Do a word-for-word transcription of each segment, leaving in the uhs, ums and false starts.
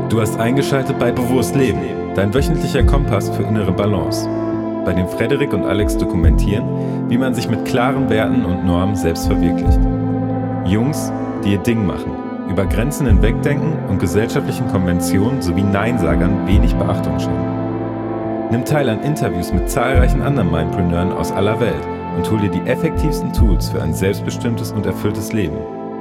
Du hast eingeschaltet bei Bewusst Leben, dein wöchentlicher Kompass für innere Balance, bei dem Frederik und Alex dokumentieren, wie man sich mit klaren Werten und Normen selbst verwirklicht. Jungs, die ihr Ding machen, über Grenzen hinwegdenken und gesellschaftlichen Konventionen sowie Neinsagern wenig Beachtung schenken. Nimm teil an Interviews mit zahlreichen anderen Mindpreneuren aus aller Welt und hol dir die effektivsten Tools für ein selbstbestimmtes und erfülltes Leben.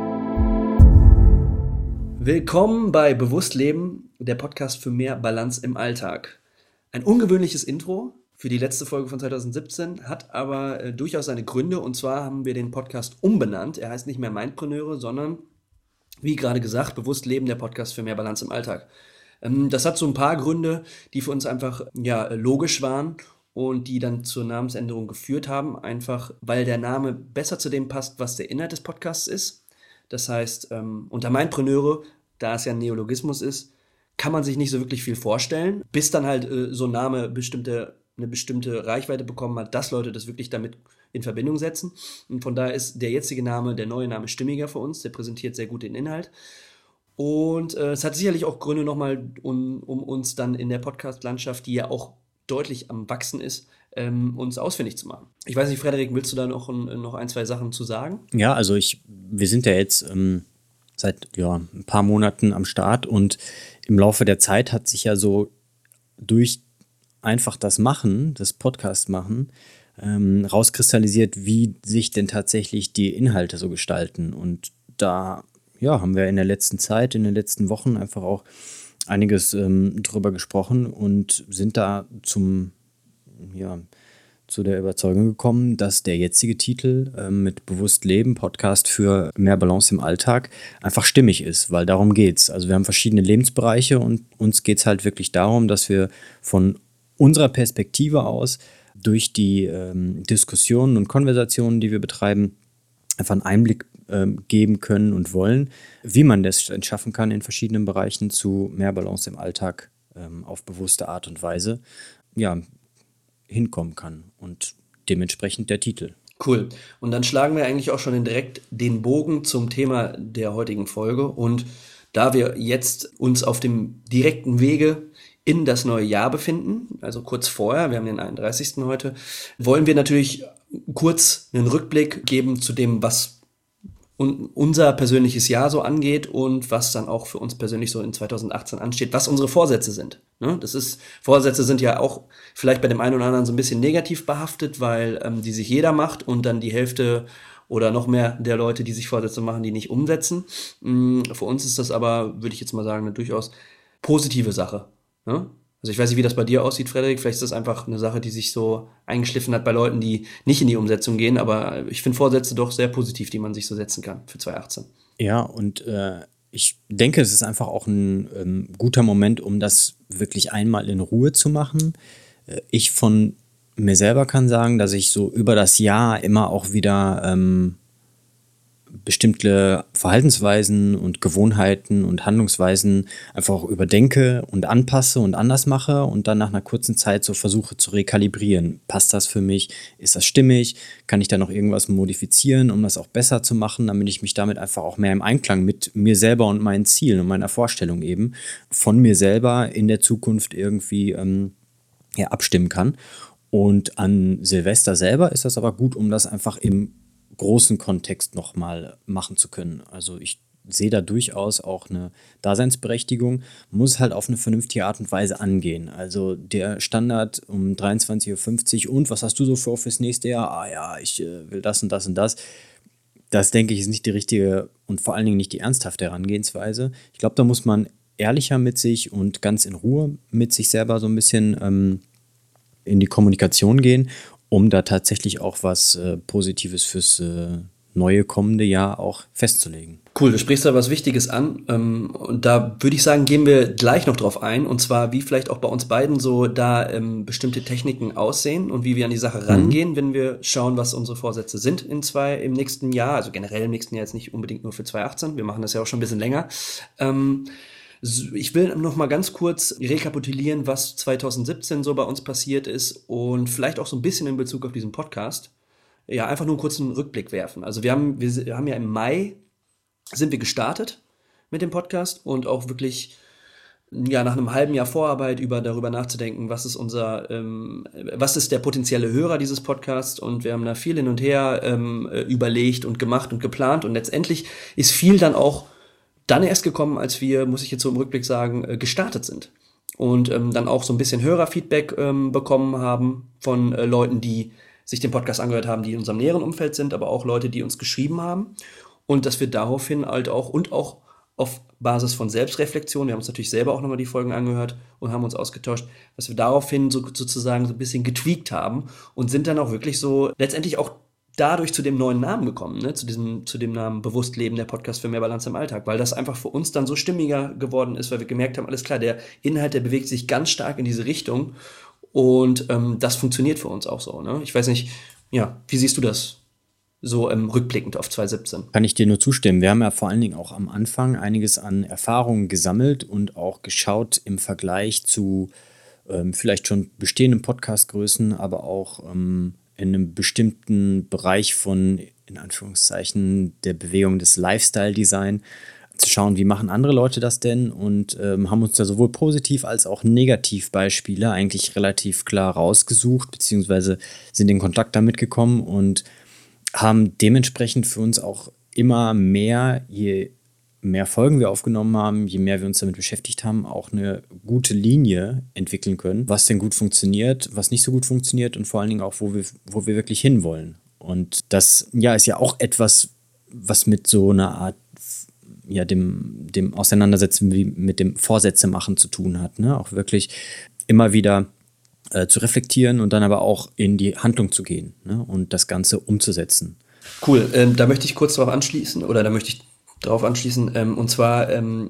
Willkommen bei Bewusst Leben, der Podcast für mehr Balance im Alltag. Ein ungewöhnliches Intro für die letzte Folge von zwanzig siebzehn, hat aber äh, durchaus seine Gründe. Und zwar haben wir den Podcast umbenannt. Er heißt nicht mehr Mindpreneure, sondern, wie gerade gesagt, Bewusst Leben, der Podcast für mehr Balance im Alltag. Ähm, das hat so ein paar Gründe, die für uns einfach ja, logisch waren und die dann zur Namensänderung geführt haben. Einfach, weil der Name besser zu dem passt, was der Inhalt des Podcasts ist. Das heißt, ähm, unter Mindpreneure, da es ja ein Neologismus ist, kann man sich nicht so wirklich viel vorstellen, bis dann halt äh, so ein Name bestimmte, eine bestimmte Reichweite bekommen hat, dass Leute das wirklich damit in Verbindung setzen. Und von daher ist der jetzige Name, der neue Name stimmiger für uns, der präsentiert sehr gut den Inhalt. Und äh, es hat sicherlich auch Gründe nochmal, um, um uns dann in der Podcast-Landschaft, die ja auch deutlich am Wachsen ist, ähm, uns ausfindig zu machen. Ich weiß nicht, Frederik, willst du da noch ein, noch ein, zwei Sachen zu sagen? Ja, also ich, wir sind ja jetzt ähm, seit ja, ein paar Monaten am Start und im Laufe der Zeit hat sich ja so durch einfach das Machen, das Podcast machen, ähm, rauskristallisiert, wie sich denn tatsächlich die Inhalte so gestalten. Und da ja, haben wir in der letzten Zeit, in den letzten Wochen einfach auch einiges ähm, drüber gesprochen und sind da zum, ja, zu der Überzeugung gekommen, dass der jetzige Titel äh, mit Bewusst Leben, Podcast für mehr Balance im Alltag, einfach stimmig ist, weil darum geht's. Also wir haben verschiedene Lebensbereiche und uns geht's halt wirklich darum, dass wir von unserer Perspektive aus durch die ähm, Diskussionen und Konversationen, die wir betreiben, einfach einen Einblick ähm, geben können und wollen, wie man das schaffen kann, in verschiedenen Bereichen zu mehr Balance im Alltag ähm, auf bewusste Art und Weise ja, hinkommen kann. Und dementsprechend der Titel. Cool. Und dann schlagen wir eigentlich auch schon direkt den Bogen zum Thema der heutigen Folge. Und da wir jetzt uns auf dem direkten Wege in das neue Jahr befinden, also kurz vorher, wir haben den einunddreißigsten heute, wollen wir natürlich kurz einen Rückblick geben zu dem, was un- unser persönliches Jahr so angeht und was dann auch für uns persönlich so in zwanzig achtzehn ansteht, was unsere Vorsätze sind. Ne? Das ist, Vorsätze sind ja auch vielleicht bei dem einen oder anderen so ein bisschen negativ behaftet, weil ähm, die sich jeder macht und dann die Hälfte oder noch mehr der Leute, die sich Vorsätze machen, die nicht umsetzen. Mhm, für uns ist das aber, würde ich jetzt mal sagen, eine durchaus positive Sache. Ne? Also ich weiß nicht, wie das bei dir aussieht, Frederik. Vielleicht ist das einfach eine Sache, die sich so eingeschliffen hat bei Leuten, die nicht in die Umsetzung gehen. Aber ich finde Vorsätze doch sehr positiv, die man sich so setzen kann für zwanzig achtzehn. Ja, und äh, ich denke, es ist einfach auch ein ähm, guter Moment, um das wirklich einmal in Ruhe zu machen. Äh, ich von mir selber kann sagen, dass ich so über das Jahr immer auch wieder ähm, bestimmte Verhaltensweisen und Gewohnheiten und Handlungsweisen einfach auch überdenke und anpasse und anders mache und dann nach einer kurzen Zeit so versuche zu rekalibrieren. Passt das für mich? Ist das stimmig? Kann ich da noch irgendwas modifizieren, um das auch besser zu machen, damit ich mich damit einfach auch mehr im Einklang mit mir selber und meinen Zielen und meiner Vorstellung eben von mir selber in der Zukunft irgendwie ähm, ja, abstimmen kann. Und an Silvester selber ist das aber gut, um das einfach im großen Kontext nochmal machen zu können. Also ich sehe da durchaus auch eine Daseinsberechtigung, muss halt auf eine vernünftige Art und Weise angehen. Also der Standard um dreiundzwanzig Uhr fünfzig und was hast du so vor fürs nächste Jahr? Ah ja, ich äh, will das und das und das. Das, denke ich, ist nicht die richtige und vor allen Dingen nicht die ernsthafte Herangehensweise. Ich glaube, da muss man ehrlicher mit sich und ganz in Ruhe mit sich selber so ein bisschen ähm, in die Kommunikation gehen, um da tatsächlich auch was äh, Positives fürs äh, neue kommende Jahr auch festzulegen. Cool, du sprichst da was Wichtiges an ähm, und da würde ich sagen, gehen wir gleich noch drauf ein und zwar, wie vielleicht auch bei uns beiden so da ähm, bestimmte Techniken aussehen und wie wir an die Sache rangehen, mhm. wenn wir schauen, was unsere Vorsätze sind in zwei, im nächsten Jahr, also generell im nächsten Jahr jetzt nicht unbedingt nur für zwanzig achtzehn, wir machen das ja auch schon ein bisschen länger. Ähm, Ich will noch mal ganz kurz rekapitulieren, was zwanzig siebzehn so bei uns passiert ist und vielleicht auch so ein bisschen in Bezug auf diesen Podcast. Ja, einfach nur einen kurzen Rückblick werfen. Also wir haben, wir haben ja im Mai sind wir gestartet mit dem Podcast und auch wirklich ja, nach einem halben Jahr Vorarbeit über darüber nachzudenken, was ist unser, ähm, was ist der potenzielle Hörer dieses Podcasts, und wir haben da viel hin und her ähm, überlegt und gemacht und geplant, und letztendlich ist viel dann auch dann erst gekommen, als wir, muss ich jetzt so im Rückblick sagen, äh, gestartet sind und ähm, dann auch so ein bisschen Hörerfeedback ähm, bekommen haben von äh, Leuten, die sich den Podcast angehört haben, die in unserem näheren Umfeld sind, aber auch Leute, die uns geschrieben haben, und dass wir daraufhin halt auch und auch auf Basis von Selbstreflexion, wir haben uns natürlich selber auch nochmal die Folgen angehört und haben uns ausgetauscht, dass wir daraufhin so, sozusagen so ein bisschen getweakt haben und sind dann auch wirklich so letztendlich auch dadurch zu dem neuen Namen gekommen, ne? zu diesem, zu dem Namen Bewusst Leben, der Podcast für mehr Balance im Alltag, weil das einfach für uns dann so stimmiger geworden ist, weil wir gemerkt haben, alles klar, der Inhalt, der bewegt sich ganz stark in diese Richtung, und ähm, das funktioniert für uns auch so. Ne? Ich weiß nicht, ja, wie siehst du das? So ähm, rückblickend auf zwanzig siebzehn. Kann ich dir nur zustimmen. Wir haben ja vor allen Dingen auch am Anfang einiges an Erfahrungen gesammelt und auch geschaut im Vergleich zu ähm, vielleicht schon bestehenden Podcastgrößen, aber auch ähm, in einem bestimmten Bereich von, in Anführungszeichen, der Bewegung des Lifestyle-Design, zu schauen, wie machen andere Leute das denn, und ähm, haben uns da sowohl positiv als auch negativ Beispiele eigentlich relativ klar rausgesucht, beziehungsweise sind in Kontakt damit gekommen und haben dementsprechend für uns auch immer mehr, je mehr Folgen wir aufgenommen haben, je mehr wir uns damit beschäftigt haben, auch eine gute Linie entwickeln können, was denn gut funktioniert, was nicht so gut funktioniert und vor allen Dingen auch, wo wir, wo wir wirklich hinwollen. Und das ja, ist ja auch etwas, was mit so einer Art, ja, dem, dem Auseinandersetzen wie mit dem Vorsätze machen zu tun hat, ne? Auch wirklich immer wieder Äh, zu reflektieren und dann aber auch in die Handlung zu gehen, ne, und das Ganze umzusetzen. Cool, ähm, da möchte ich kurz darauf anschließen, oder da möchte ich darauf anschließen, ähm, und zwar ähm,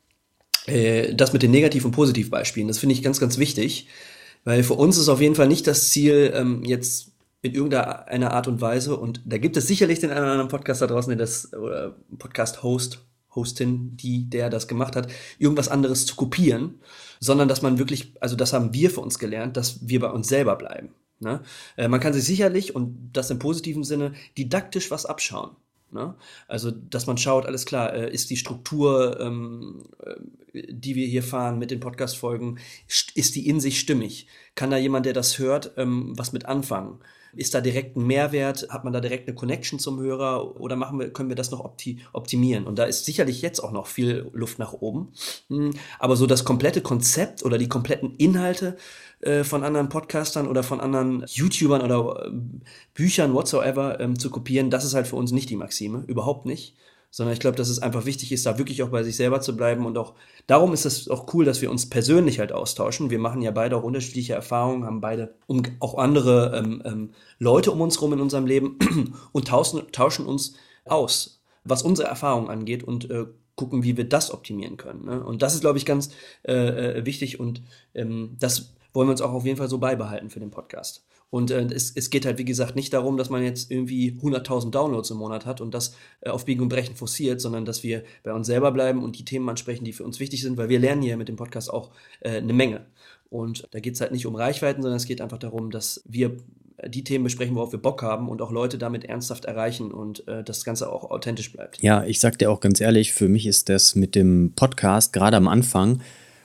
äh, das mit den Negativ- und Positivbeispielen. Das finde ich ganz, ganz wichtig, weil für uns ist auf jeden Fall nicht das Ziel, ähm, jetzt in irgendeiner Art und Weise, und da gibt es sicherlich den einen oder anderen Podcast da draußen, der das, oder Podcast-Host, Hostin, die, der das gemacht hat, irgendwas anderes zu kopieren, sondern dass man wirklich, also das haben wir für uns gelernt, dass wir bei uns selber bleiben. Ne? Äh, man kann sich sicherlich, und das im positiven Sinne, didaktisch was abschauen. Ne? Also, dass man schaut, alles klar, äh, ist die Struktur, ähm, äh, die wir hier fahren mit den Podcast-Folgen, st- ist die in sich stimmig? Kann da jemand, der das hört, ähm, was mit anfangen? Ist da direkt ein Mehrwert? Hat man da direkt eine Connection zum Hörer? Oder machen wir, können wir das noch opti- optimieren? Und da ist sicherlich jetzt auch noch viel Luft nach oben. Hm, aber so das komplette Konzept oder die kompletten Inhalte äh, von anderen Podcastern oder von anderen YouTubern oder äh, Büchern, whatsoever, ähm, zu kopieren, das ist halt für uns nicht die Maxime. Überhaupt nicht. Sondern ich glaube, dass es einfach wichtig ist, da wirklich auch bei sich selber zu bleiben, und auch darum ist es auch cool, dass wir uns persönlich halt austauschen. Wir machen ja beide auch unterschiedliche Erfahrungen, haben beide um, auch andere ähm, ähm, Leute um uns rum in unserem Leben und tauschen, tauschen uns aus, was unsere Erfahrungen angeht, und äh, gucken, wie wir das optimieren können. Ne? Und das ist, glaube ich, ganz äh, wichtig, und ähm, das wollen wir uns auch auf jeden Fall so beibehalten für den Podcast. Und äh, es, es geht halt, wie gesagt, nicht darum, dass man jetzt irgendwie hunderttausend Downloads im Monat hat und das äh, auf Biegen und Brechen forciert, sondern dass wir bei uns selber bleiben und die Themen ansprechen, die für uns wichtig sind, weil wir lernen hier mit dem Podcast auch äh, eine Menge. Und da geht es halt nicht um Reichweiten, sondern es geht einfach darum, dass wir die Themen besprechen, worauf wir Bock haben, und auch Leute damit ernsthaft erreichen und äh, das Ganze auch authentisch bleibt. Ja, ich sag dir auch ganz ehrlich, für mich ist das mit dem Podcast gerade am Anfang,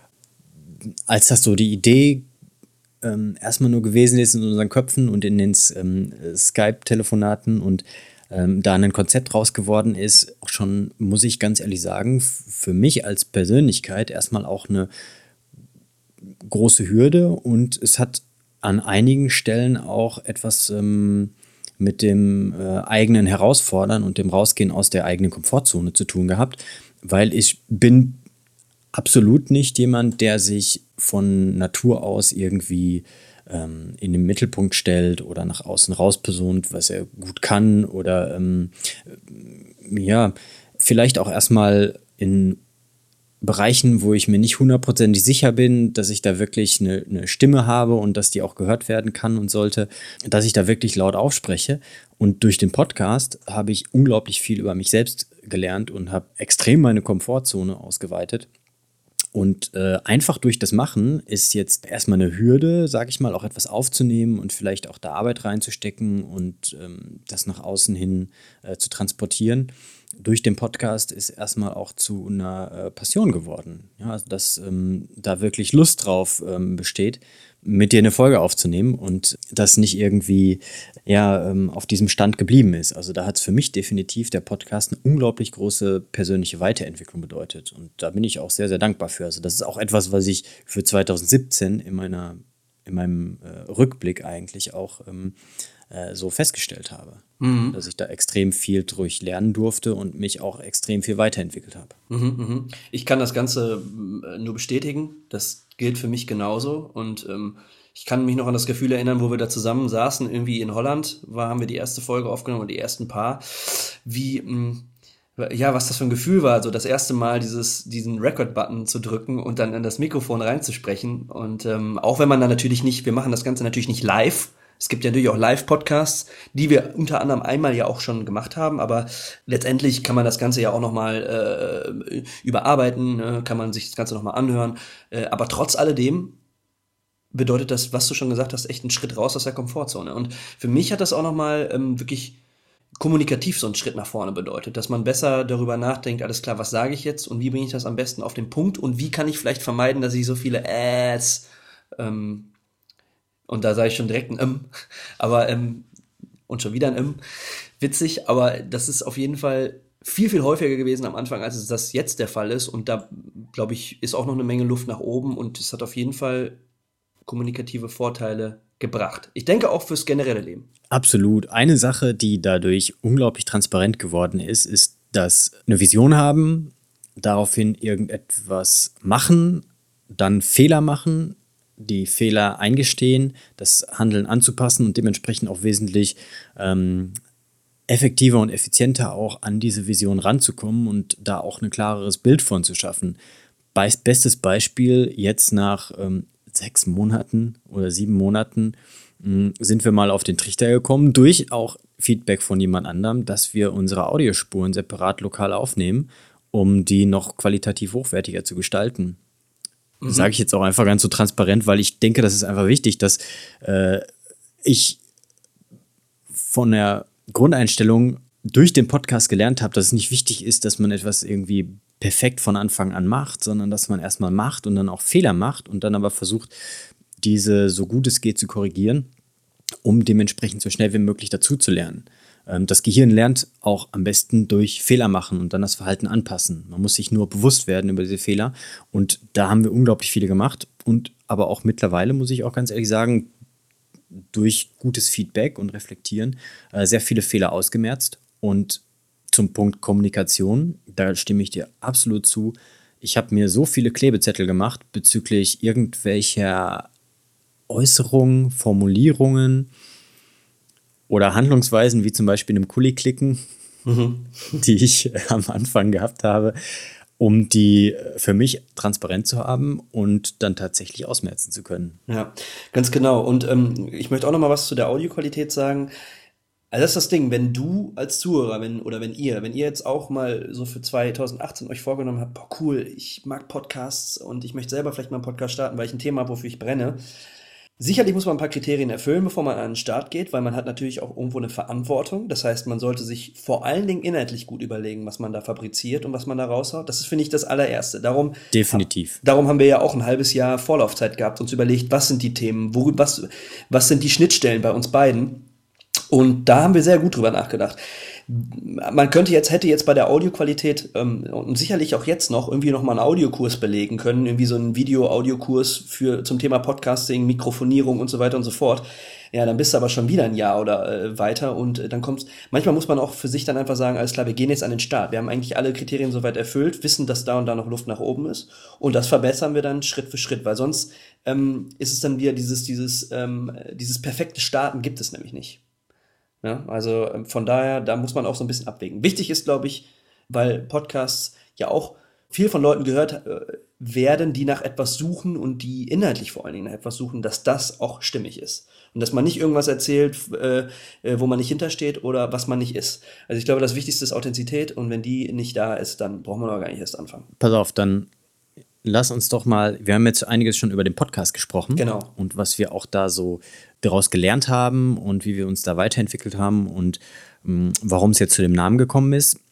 als das so die Idee ähm, erstmal nur gewesen ist in unseren Köpfen und in den ähm, Skype-Telefonaten und ähm, da ein Konzept raus geworden ist, auch schon, muss ich ganz ehrlich sagen, f- für mich als Persönlichkeit erstmal auch eine große Hürde, und es hat an einigen Stellen auch etwas ähm, mit dem äh, eigenen Herausfordern und dem Rausgehen aus der eigenen Komfortzone zu tun gehabt, weil ich bin absolut nicht jemand, der sich von Natur aus irgendwie ähm, in den Mittelpunkt stellt oder nach außen rauspersont, was er gut kann, oder ähm, ja, vielleicht auch erstmal in Bereichen, wo ich mir nicht hundertprozentig sicher bin, dass ich da wirklich eine, eine Stimme habe und dass die auch gehört werden kann und sollte, dass ich da wirklich laut aufspreche. Und durch den Podcast habe ich unglaublich viel über mich selbst gelernt und habe extrem meine Komfortzone ausgeweitet. Und äh, einfach durch das Machen ist jetzt erstmal eine Hürde, sage ich mal, auch etwas aufzunehmen und vielleicht auch da Arbeit reinzustecken und ähm, das nach außen hin äh, zu transportieren. durch den Podcast ist erstmal auch zu einer äh, Passion geworden. Ja, also dass ähm, da wirklich Lust drauf ähm, besteht, mit dir eine Folge aufzunehmen und das nicht irgendwie ja, ähm, auf diesem Stand geblieben ist. Also da hat es für mich definitiv der Podcast eine unglaublich große persönliche Weiterentwicklung bedeutet. Und da bin ich auch sehr, sehr dankbar für. Also das ist auch etwas, was ich für zwanzig siebzehn in meiner, in meinem äh, Rückblick eigentlich auch ähm, äh, so festgestellt habe. Mhm. Dass ich da extrem viel durch lernen durfte und mich auch extrem viel weiterentwickelt habe. Mhm, mhm. Ich kann das Ganze nur bestätigen. Das gilt für mich genauso. Und ähm, ich kann mich noch an das Gefühl erinnern, wo wir da zusammen saßen, irgendwie in Holland, war, haben wir die erste Folge aufgenommen und die ersten paar, wie, mh, ja, was das für ein Gefühl war, so das erste Mal dieses, diesen Record-Button zu drücken und dann in das Mikrofon reinzusprechen. Und ähm, auch wenn man dann natürlich nicht, wir machen das Ganze natürlich nicht live. Es gibt ja natürlich auch Live-Podcasts, die wir unter anderem einmal ja auch schon gemacht haben, aber letztendlich kann man das Ganze ja auch nochmal äh, überarbeiten, ne? Kann man sich das Ganze nochmal anhören. Äh, aber trotz alledem bedeutet das, was du schon gesagt hast, echt einen Schritt raus aus der Komfortzone. Und für mich hat das auch nochmal ähm, wirklich kommunikativ so einen Schritt nach vorne bedeutet, dass man besser darüber nachdenkt, alles klar, was sage ich jetzt und wie bringe ich das am besten auf den Punkt und wie kann ich vielleicht vermeiden, dass ich so viele Äs ähm, und da sage ich schon direkt ein M, aber ähm, und schon wieder ein M, witzig, aber das ist auf jeden Fall viel, viel häufiger gewesen am Anfang, als es das jetzt der Fall ist und da, glaube ich, ist auch noch eine Menge Luft nach oben und es hat auf jeden Fall kommunikative Vorteile gebracht. Ich denke auch fürs generelle Leben. Absolut. Eine Sache, die dadurch unglaublich transparent geworden ist, ist, dass eine Vision haben, daraufhin irgendetwas machen, dann Fehler machen, die Fehler eingestehen, das Handeln anzupassen und dementsprechend auch wesentlich ähm, effektiver und effizienter auch an diese Vision ranzukommen und da auch ein klareres Bild von zu schaffen. Be- bestes Beispiel, jetzt nach ähm, sechs Monaten oder sieben Monaten mh, sind wir mal auf den Trichter gekommen, durch auch Feedback von jemand anderem, dass wir unsere Audiospuren separat lokal aufnehmen, um die noch qualitativ hochwertiger zu gestalten. Mhm. Sage ich jetzt auch einfach ganz so transparent, weil ich denke, das ist einfach wichtig, dass äh, ich von der Grundeinstellung durch den Podcast gelernt habe, dass es nicht wichtig ist, dass man etwas irgendwie perfekt von Anfang an macht, sondern dass man erstmal macht und dann auch Fehler macht und dann aber versucht, diese so gut es geht zu korrigieren, um dementsprechend so schnell wie möglich dazu zu lernen. Das Gehirn lernt auch am besten durch Fehler machen und dann das Verhalten anpassen. Man muss sich nur bewusst werden über diese Fehler und da haben wir unglaublich viele gemacht und aber auch mittlerweile, muss ich auch ganz ehrlich sagen, durch gutes Feedback und Reflektieren äh, sehr viele Fehler ausgemerzt. Und zum Punkt Kommunikation, da stimme ich dir absolut zu. Ich habe mir so viele Klebezettel gemacht bezüglich irgendwelcher Äußerungen, Formulierungen oder Handlungsweisen, wie zum Beispiel einem Kuli-Klicken, mhm. die ich am Anfang gehabt habe, um die für mich transparent zu haben und dann tatsächlich ausmerzen zu können. Ja, ganz genau. Und ähm, ich möchte auch noch mal was zu der Audioqualität sagen. Also das ist das Ding, wenn du als Zuhörer, wenn oder wenn ihr, wenn ihr jetzt auch mal so für zwanzig achtzehn euch vorgenommen habt, boah cool, ich mag Podcasts und ich möchte selber vielleicht mal einen Podcast starten, weil ich ein Thema habe, wofür ich brenne. Sicherlich muss man ein paar Kriterien erfüllen, bevor man an den Start geht, weil man hat natürlich auch irgendwo eine Verantwortung. Das heißt, man sollte sich vor allen Dingen inhaltlich gut überlegen, was man da fabriziert und was man da raushaut. Das ist, finde ich, das allererste. Darum, Definitiv. Darum haben wir ja auch ein halbes Jahr Vorlaufzeit gehabt, uns überlegt, was sind die Themen, wo, was, was sind die Schnittstellen bei uns beiden. Und da haben wir sehr gut drüber nachgedacht. Man könnte jetzt, hätte jetzt bei der Audioqualität ähm, und sicherlich auch jetzt noch irgendwie noch mal einen Audiokurs belegen können, irgendwie so einen Video-Audiokurs für zum Thema Podcasting, Mikrofonierung und so weiter und so fort. Ja, dann bist du aber schon wieder ein Jahr oder äh, weiter und äh, dann kommst, manchmal muss man auch für sich dann einfach sagen, alles klar, wir gehen jetzt an den Start. Wir haben eigentlich alle Kriterien soweit erfüllt, wissen, dass da und da noch Luft nach oben ist und das verbessern wir dann Schritt für Schritt, weil sonst ähm, ist es dann wieder dieses, dieses, ähm, dieses perfekte Starten gibt es nämlich nicht. Ja, also von daher, da muss man auch so ein bisschen abwägen. Wichtig ist, glaube ich, weil Podcasts ja auch viel von Leuten gehört äh, werden, die nach etwas suchen und die inhaltlich vor allen Dingen nach etwas suchen, dass das auch stimmig ist. Und dass man nicht irgendwas erzählt, äh, wo man nicht hintersteht oder was man nicht ist. Also ich glaube, das Wichtigste ist Authentizität und wenn die nicht da ist, dann braucht man aber gar nicht erst anfangen. Pass auf, dann lass uns doch mal, wir haben jetzt einiges schon über den Podcast gesprochen. Genau. Und was wir auch da so daraus gelernt haben und wie wir uns da weiterentwickelt haben und mh, warum es jetzt zu dem Namen gekommen ist.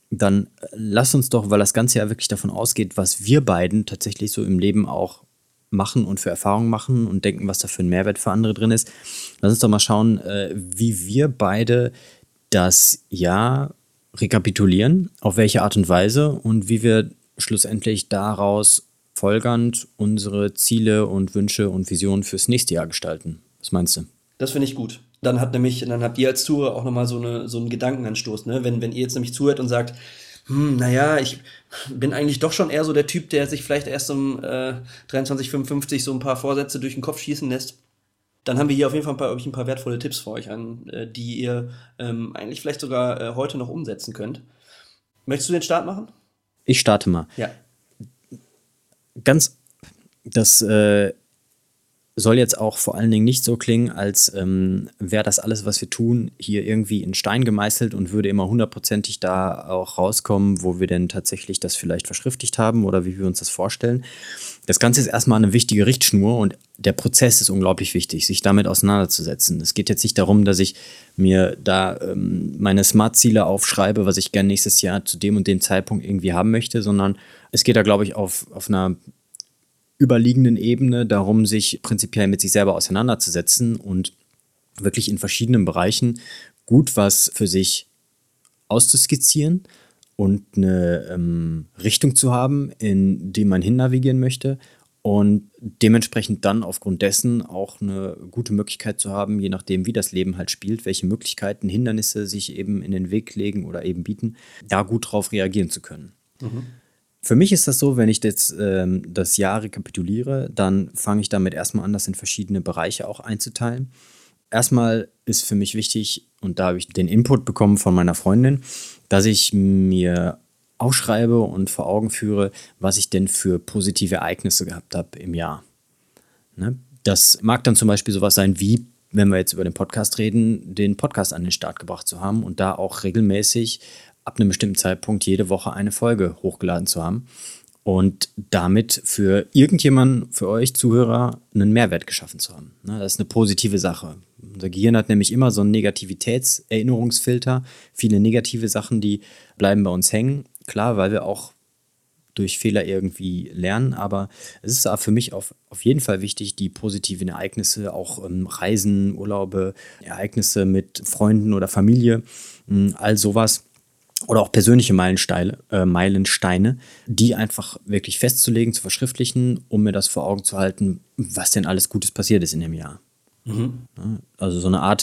dann lass uns doch, weil das Ganze ja wirklich davon ausgeht, was wir beiden tatsächlich so im Leben auch machen und für Erfahrungen machen und denken, was da für ein Mehrwert für andere drin ist. Lass uns doch mal schauen, äh, wie wir beide das Jahr rekapitulieren, auf welche Art und Weise und wie wir schlussendlich daraus folgernd unsere Ziele und Wünsche und Visionen fürs nächste Jahr gestalten. Was meinst du? Das finde ich gut. Dann hat nämlich, dann habt ihr als Zuhörer auch nochmal so, eine, so einen Gedankenanstoß, ne? Wenn, wenn ihr jetzt nämlich zuhört und sagt, hm, naja, ich bin eigentlich doch schon eher so der Typ, der sich vielleicht erst um äh, dreiundzwanzig fünfundfünfzig so ein paar Vorsätze durch den Kopf schießen lässt, dann haben wir hier auf jeden Fall bei euch ein paar wertvolle Tipps für euch an, äh, die ihr ähm, eigentlich vielleicht sogar äh, heute noch umsetzen könnt. Möchtest du den Start machen? Ich starte mal. Ja. Ganz, das äh, soll jetzt auch vor allen Dingen nicht so klingen, als ähm, wäre das alles, was wir tun, hier irgendwie in Stein gemeißelt und würde immer hundertprozentig da auch rauskommen, wo wir denn tatsächlich das vielleicht verschriftlicht haben oder wie wir uns das vorstellen. Das Ganze ist erstmal eine wichtige Richtschnur und der Prozess ist unglaublich wichtig, sich damit auseinanderzusetzen. Es geht jetzt nicht darum, dass ich mir da ähm, meine Smart-Ziele aufschreibe, was ich gerne nächstes Jahr zu dem und dem Zeitpunkt irgendwie haben möchte, sondern es geht da, glaube ich, auf, auf einer überliegenden Ebene darum, sich prinzipiell mit sich selber auseinanderzusetzen und wirklich in verschiedenen Bereichen gut was für sich auszuskizzieren und eine ähm, Richtung zu haben, in die man hin navigieren möchte und dementsprechend dann aufgrund dessen auch eine gute Möglichkeit zu haben, je nachdem, wie das Leben halt spielt, welche Möglichkeiten, Hindernisse sich eben in den Weg legen oder eben bieten, da gut drauf reagieren zu können. Mhm. Für mich ist das so, wenn ich jetzt ähm, das Jahr rekapituliere, dann fange ich damit erstmal an, das in verschiedene Bereiche auch einzuteilen. Erstmal ist für mich wichtig, und da habe ich den Input bekommen von meiner Freundin, dass ich mir aufschreibe und vor Augen führe, was ich denn für positive Ereignisse gehabt habe im Jahr. Ne? Das mag dann zum Beispiel sowas sein wie, wenn wir jetzt über den Podcast reden, den Podcast an den Start gebracht zu haben und da auch regelmäßig ab einem bestimmten Zeitpunkt jede Woche eine Folge hochgeladen zu haben und damit für irgendjemanden, für euch Zuhörer, einen Mehrwert geschaffen zu haben. Das ist eine positive Sache. Unser Gehirn hat nämlich immer so einen Negativitätserinnerungsfilter. Viele negative Sachen, die bleiben bei uns hängen. Klar, weil wir auch durch Fehler irgendwie lernen, aber es ist für mich auf, auf jeden Fall wichtig, die positiven Ereignisse, auch ähm, Reisen, Urlaube, Ereignisse mit Freunden oder Familie, mh, all sowas, oder auch persönliche Meilensteine, äh, Meilensteine, die einfach wirklich festzulegen, zu verschriftlichen, um mir das vor Augen zu halten, was denn alles Gutes passiert ist in dem Jahr. Mhm. Also so eine Art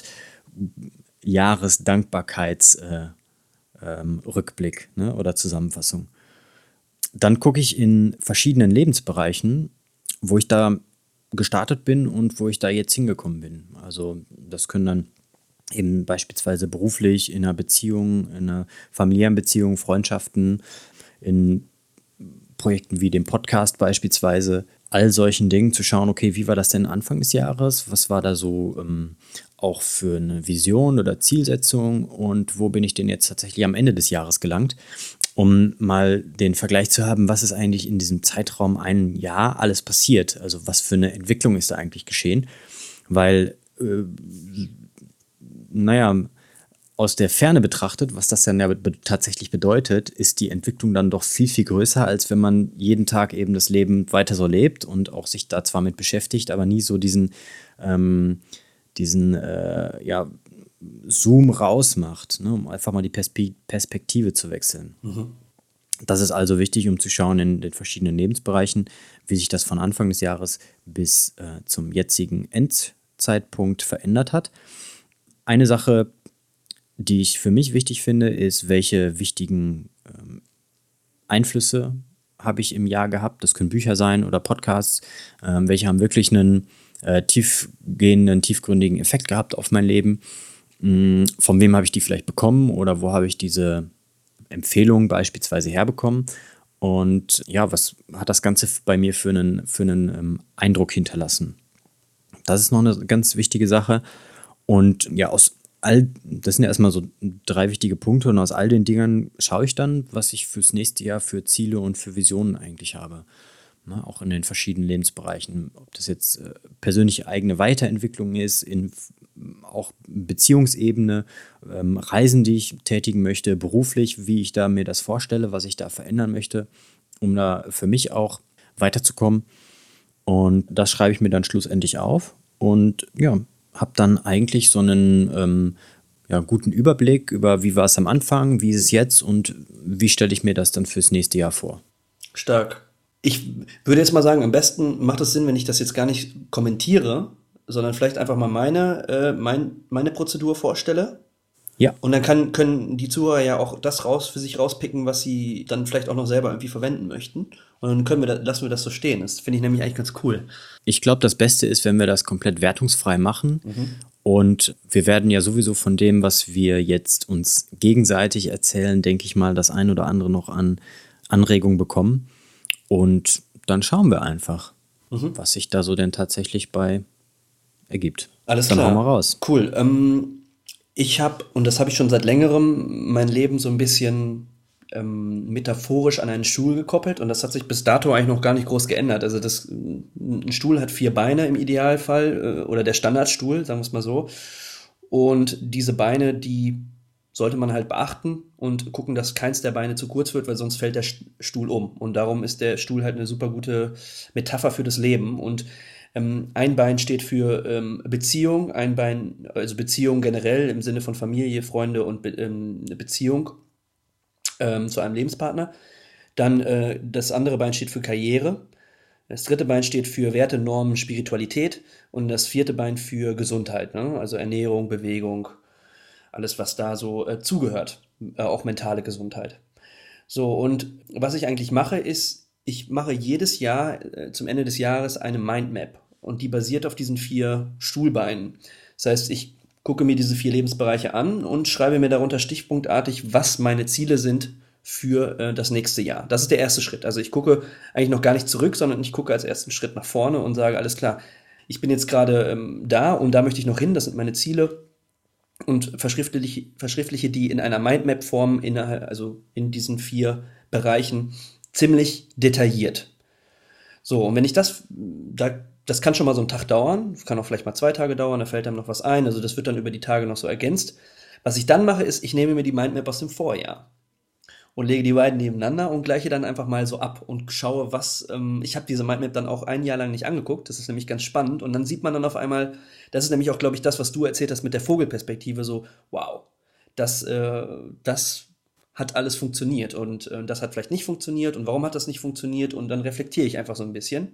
Jahresdankbarkeitsrückblick äh, ähm, ne, oder Zusammenfassung. Dann gucke ich in verschiedenen Lebensbereichen, wo ich da gestartet bin und wo ich da jetzt hingekommen bin. Also das können dann eben beispielsweise beruflich, in einer Beziehung, in einer familiären Beziehung, Freundschaften, in Projekten wie dem Podcast beispielsweise, all solchen Dingen zu schauen, okay, wie war das denn Anfang des Jahres? Was war da so ähm, auch für eine Vision oder Zielsetzung und wo bin ich denn jetzt tatsächlich am Ende des Jahres gelangt? Um mal den Vergleich zu haben, was ist eigentlich in diesem Zeitraum ein Jahr alles passiert? Also was für eine Entwicklung ist da eigentlich geschehen? Weil äh, naja, aus der Ferne betrachtet, was das dann ja be- tatsächlich bedeutet, ist die Entwicklung dann doch viel, viel größer, als wenn man jeden Tag eben das Leben weiter so lebt und auch sich da zwar mit beschäftigt, aber nie so diesen, ähm, diesen äh, ja, Zoom rausmacht, ne, um einfach mal die Perspe- Perspektive zu wechseln. Mhm. Das ist also wichtig, um zu schauen in den verschiedenen Lebensbereichen, wie sich das von Anfang des Jahres bis äh, zum jetzigen Endzeitpunkt verändert hat. Eine Sache, die ich für mich wichtig finde, ist, welche wichtigen ähm, Einflüsse habe ich im Jahr gehabt. Das können Bücher sein oder Podcasts. Ähm, welche haben wirklich einen äh, tiefgehenden, tiefgründigen Effekt gehabt auf mein Leben. Ähm, von wem habe ich die vielleicht bekommen oder wo habe ich diese Empfehlung beispielsweise herbekommen? Und ja, was hat das Ganze bei mir für einen, für einen ähm, Eindruck hinterlassen? Das ist noch eine ganz wichtige Sache. Und ja, aus all, das sind ja erstmal so drei wichtige Punkte und aus all den Dingern schaue ich dann, was ich fürs nächste Jahr für Ziele und für Visionen eigentlich habe. ne? Auch in den verschiedenen Lebensbereichen. Ob das jetzt äh, persönliche eigene Weiterentwicklung ist, in auch Beziehungsebene, ähm, Reisen, die ich tätigen möchte, beruflich, wie ich da mir das vorstelle, was ich da verändern möchte, um da für mich auch weiterzukommen. Und das schreibe ich mir dann schlussendlich auf und ja, habe dann eigentlich so einen ähm, ja, guten Überblick über, wie war es am Anfang, wie ist es jetzt und wie stelle ich mir das dann fürs nächste Jahr vor. Stark. Ich würde jetzt mal sagen, am besten macht es Sinn, wenn ich das jetzt gar nicht kommentiere, sondern vielleicht einfach mal meine, äh, mein, meine Prozedur vorstelle. Ja. Und dann kann, können die Zuhörer ja auch das raus für sich rauspicken, was sie dann vielleicht auch noch selber irgendwie verwenden möchten. Und dann können wir da, lassen wir das so stehen. Das finde ich nämlich eigentlich ganz cool. Ich glaube, das Beste ist, wenn wir das komplett wertungsfrei machen. Mhm. Und wir werden ja sowieso von dem, was wir jetzt uns gegenseitig erzählen, denke ich mal, das ein oder andere noch an Anregungen bekommen. Und dann schauen wir einfach, mhm. was sich da so denn tatsächlich bei ergibt. Alles dann klar. Dann hauen wir raus. Cool. Ähm, ich habe, und das habe ich schon seit längerem, mein Leben so ein bisschen ähm, metaphorisch an einen Stuhl gekoppelt. Und das hat sich bis dato eigentlich noch gar nicht groß geändert. Also das, ein Stuhl hat vier Beine im Idealfall, äh, oder der Standardstuhl, sagen wir es mal so. Und diese Beine, die sollte man halt beachten und gucken, dass keins der Beine zu kurz wird, weil sonst fällt der Stuhl um. Und darum ist der Stuhl halt eine super gute Metapher für das Leben. Und ähm, ein Bein steht für ähm, Beziehung, ein Bein, also Beziehung generell im Sinne von Familie, Freunde und Be- ähm, Beziehung ähm, zu einem Lebenspartner. Dann äh, das andere Bein steht für Karriere. Das dritte Bein steht für Werte, Normen, Spiritualität. Und das vierte Bein für Gesundheit, ne? Also Ernährung, Bewegung, alles, was da so äh, zugehört, äh, auch mentale Gesundheit. So, und was ich eigentlich mache, ist, ich mache jedes Jahr äh, zum Ende des Jahres eine Mindmap und die basiert auf diesen vier Stuhlbeinen. Das heißt, ich gucke mir diese vier Lebensbereiche an und schreibe mir darunter stichpunktartig, was meine Ziele sind für äh, das nächste Jahr. Das ist der erste Schritt. Also ich gucke eigentlich noch gar nicht zurück, sondern ich gucke als ersten Schritt nach vorne und sage, alles klar, ich bin jetzt gerade ähm, da und da möchte ich noch hin, das sind meine Ziele. Und verschriftliche, verschriftliche die in einer Mindmap-Form, innerhalb, also in diesen vier Bereichen, ziemlich detailliert. So, und wenn ich das, da, das kann schon mal so einen Tag dauern, kann auch vielleicht mal zwei Tage dauern, da fällt einem noch was ein, also das wird dann über die Tage noch so ergänzt. Was ich dann mache, ist, ich nehme mir die Mindmap aus dem Vorjahr und lege die beiden nebeneinander und gleiche dann einfach mal so ab und schaue, was, ähm, ich habe diese Mindmap dann auch ein Jahr lang nicht angeguckt, das ist nämlich ganz spannend und dann sieht man dann auf einmal, das ist nämlich auch, glaube ich, das, was du erzählt hast mit der Vogelperspektive, so, wow, das, äh, das hat alles funktioniert und äh, das hat vielleicht nicht funktioniert und warum hat das nicht funktioniert und dann reflektiere ich einfach so ein bisschen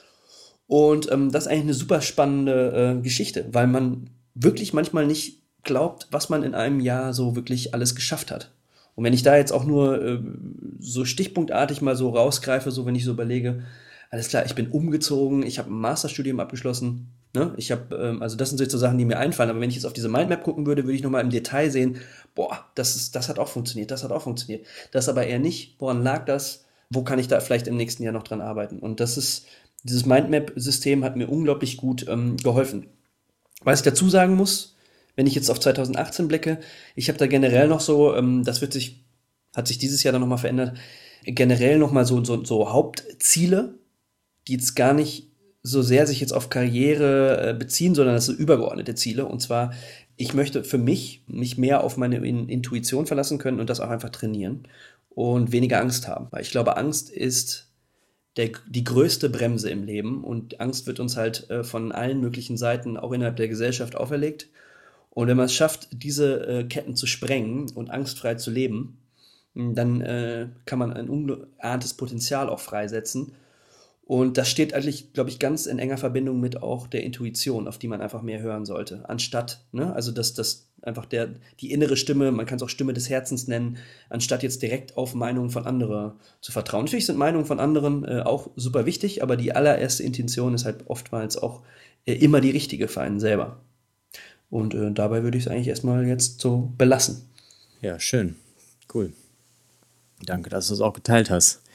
und ähm, das ist eigentlich eine super spannende äh, Geschichte, weil man wirklich manchmal nicht glaubt, was man in einem Jahr so wirklich alles geschafft hat. Und wenn ich da jetzt auch nur äh, so stichpunktartig mal so rausgreife, so wenn ich so überlege, alles klar, ich bin umgezogen, ich habe ein Masterstudium abgeschlossen, ne? Ich habe, ähm, also das sind so Sachen, die mir einfallen, aber wenn ich jetzt auf diese Mindmap gucken würde, würde ich nochmal im Detail sehen, boah, das ist, das hat auch funktioniert, das hat auch funktioniert. Das aber eher nicht, woran lag das, wo kann ich da vielleicht im nächsten Jahr noch dran arbeiten? Und das ist, dieses Mindmap-System hat mir unglaublich gut ähm, geholfen. Was ich dazu sagen muss, wenn ich jetzt auf zwanzig achtzehn blicke, ich habe da generell noch so, ähm, das wird sich, hat sich dieses Jahr dann nochmal verändert, generell nochmal so, so, so Hauptziele, die jetzt gar nicht so sehr sich jetzt auf Karriere äh, beziehen, sondern das sind übergeordnete Ziele. Und zwar, ich möchte für mich mich mehr auf meine In- Intuition verlassen können und das auch einfach trainieren und weniger Angst haben. Weil ich glaube, Angst ist der, die größte Bremse im Leben und Angst wird uns halt äh, von allen möglichen Seiten, auch innerhalb der Gesellschaft, auferlegt. Und wenn man es schafft, diese äh, Ketten zu sprengen und angstfrei zu leben, dann äh, kann man ein ungeahntes Potenzial auch freisetzen. Und das steht eigentlich, glaube ich, ganz in enger Verbindung mit auch der Intuition, auf die man einfach mehr hören sollte. Anstatt, ne, also dass das einfach der, die innere Stimme, man kann es auch Stimme des Herzens nennen, anstatt jetzt direkt auf Meinungen von anderen zu vertrauen. Natürlich sind Meinungen von anderen äh, auch super wichtig, aber die allererste Intention ist halt oftmals auch äh, immer die richtige für einen selber. Und äh, dabei würde ich es eigentlich erstmal jetzt so belassen. Ja, schön. Cool. Danke, dass du es auch geteilt hast.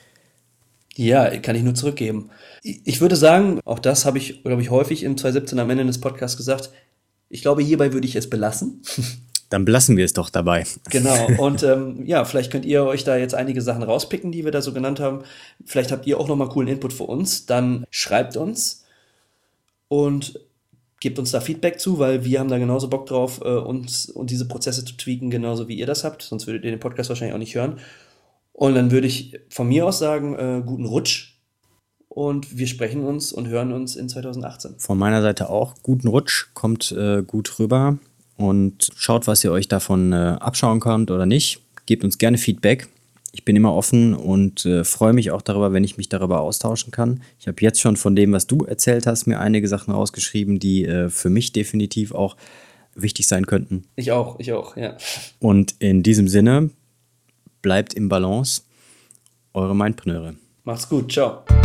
Ja, kann ich nur zurückgeben. Ich, ich würde sagen, auch das habe ich, glaube ich, häufig im zwanzig siebzehn am Ende des Podcasts gesagt, ich glaube, hierbei würde ich es belassen. Dann belassen wir es doch dabei. Genau, und ähm, ja, vielleicht könnt ihr euch da jetzt einige Sachen rauspicken, die wir da so genannt haben. Vielleicht habt ihr auch nochmal coolen Input für uns. Dann schreibt uns und gebt uns da Feedback zu, weil wir haben da genauso Bock drauf, äh, uns und diese Prozesse zu tweaken, genauso wie ihr das habt. Sonst würdet ihr den Podcast wahrscheinlich auch nicht hören. Und dann würde ich von mir aus sagen, äh, guten Rutsch. Und wir sprechen uns und hören uns in zwanzig achtzehn. Von meiner Seite auch guten Rutsch, kommt äh, gut rüber. Und schaut, was ihr euch davon äh, abschauen könnt oder nicht. Gebt uns gerne Feedback. Ich bin immer offen und äh, freue mich auch darüber, wenn ich mich darüber austauschen kann. Ich habe jetzt schon von dem, was du erzählt hast, mir einige Sachen rausgeschrieben, die äh, für mich definitiv auch wichtig sein könnten. Ich auch, ich auch, ja. Und in diesem Sinne, bleibt im Balance. Eure Mindpreneure. Macht's gut, ciao.